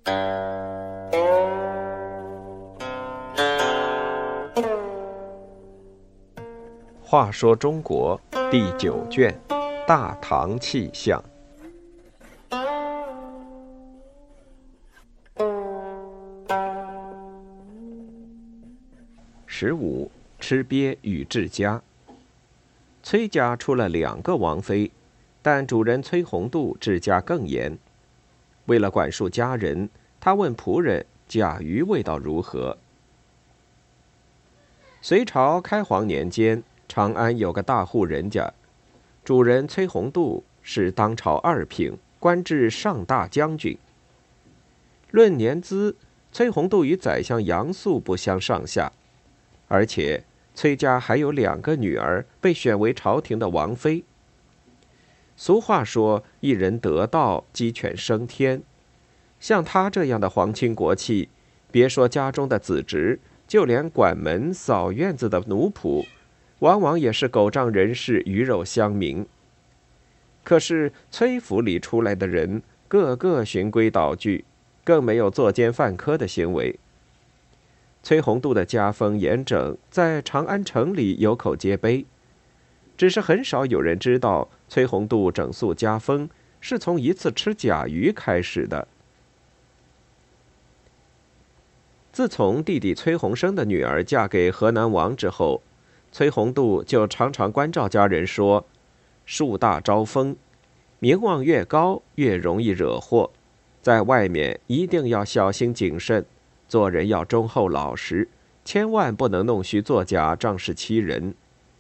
话说中国第9卷《大唐气象》。15吃鳖与治家。崔家出了2个王妃，但主人崔宏度治家更严。为了管束家人，他问仆人甲鱼味道如何。隋朝开皇年间，长安有个大户人家，主人崔宏度是当朝2品，官至上大将军。论年资，崔宏度与宰相杨素不相上下，而且崔家还有2个女儿被选为朝廷的王妃。俗话说，一人得道，鸡犬升天。像他这样的皇亲国戚，别说家中的子侄，就连管门扫院子的奴仆，往往也是狗仗人势，鱼肉乡民。可是崔府里出来的人，个个循规蹈矩，更没有作奸犯科的行为。崔宏度的家风严整，在长安城里有口皆碑，只是很少有人知道崔宏度整肃家风是从一次吃甲鱼开始的。自从弟弟崔鸿生的女儿嫁给河南王之后，崔宏度就常常关照家人说，树大招风，名望越高越容易惹祸，在外面一定要小心谨慎，做人要忠厚老实，千万不能弄虚作假，仗势欺人。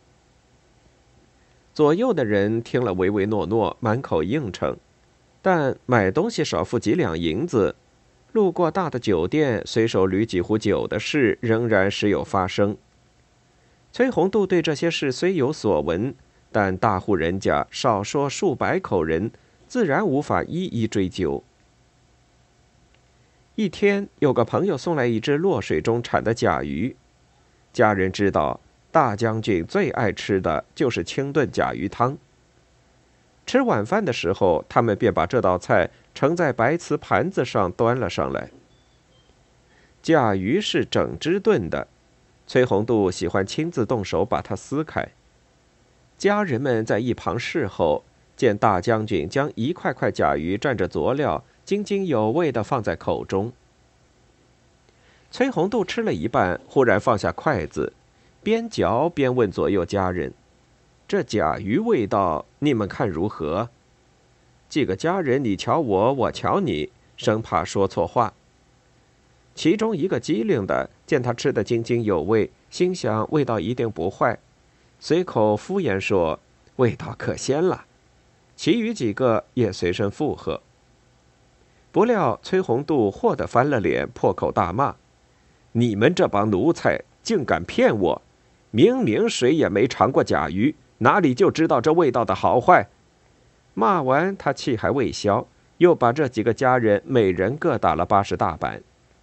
左右的人听了唯唯诺诺，满口应承，但买东西少付几两银子，路过大的酒店随手捋几壶酒的事仍然时有发生。崔宏度对这些事虽有所闻，但大户人家少说数百口人，自然无法一一追究。一天，有个朋友送来一只落水中产的甲鱼，家人知道大将军最爱吃的就是清炖甲鱼汤。吃晚饭的时候，他们便把这道菜盛在白瓷盘子上端了上来。甲鱼是整只炖的，崔宏度喜欢亲自动手把它撕开。家人们在一旁侍候，见大将军将一块块甲鱼蘸着佐料，津津有味地放在口中。崔宏度吃了一半，忽然放下筷子，边嚼边问左右家人，这甲鱼味道你们看如何？几个家人你瞧我，我瞧你，生怕说错话。其中一个机灵的见他吃得津津有味，心想味道一定不坏，随口敷衍说味道可鲜了。其余几个也随声附和。不料崔宏度霍地翻了脸，破口大骂，你们这帮奴才竟敢骗我，明明谁也没尝过甲鱼，哪里就知道这味道的好坏。骂完，他气还未消，又把这几个家人每人各打了80大板。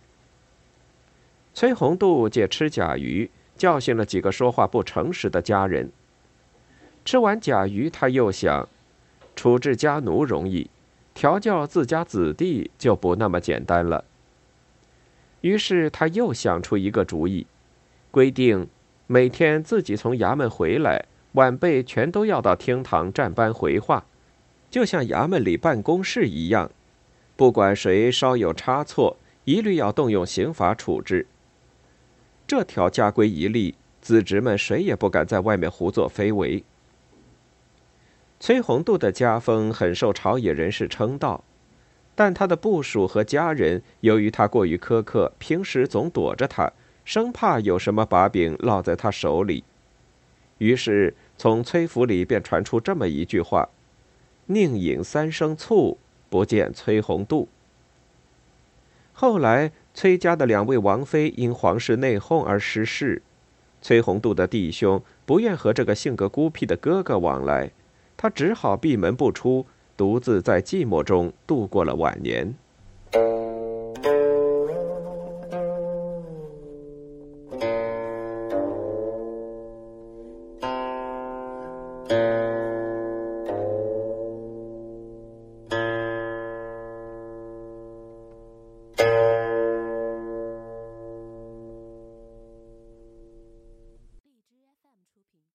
崔宏度借吃甲鱼教训了几个说话不诚实的家人。吃完甲鱼，他又想，处置家奴容易，调教自家子弟就不那么简单了。于是他又想出一个主意，规定每天自己从衙门回来，晚辈全都要到厅堂站班回话，就像衙门里办公室一样，不管谁稍有差错，一律要动用刑罚处置。这条家规一立，子侄们谁也不敢在外面胡作非为。崔宏度的家风很受朝野人士称道，但他的部属和家人由于他过于苛刻，平时总躲着他，生怕有什么把柄落在他手里。于是从崔府里便传出这么一句话，宁饮3升醋，不见崔宏度。后来崔家的2位王妃因皇室内讧而失势，崔宏度的弟兄不愿和这个性格孤僻的哥哥往来，他只好闭门不出，独自在寂寞中度过了晚年。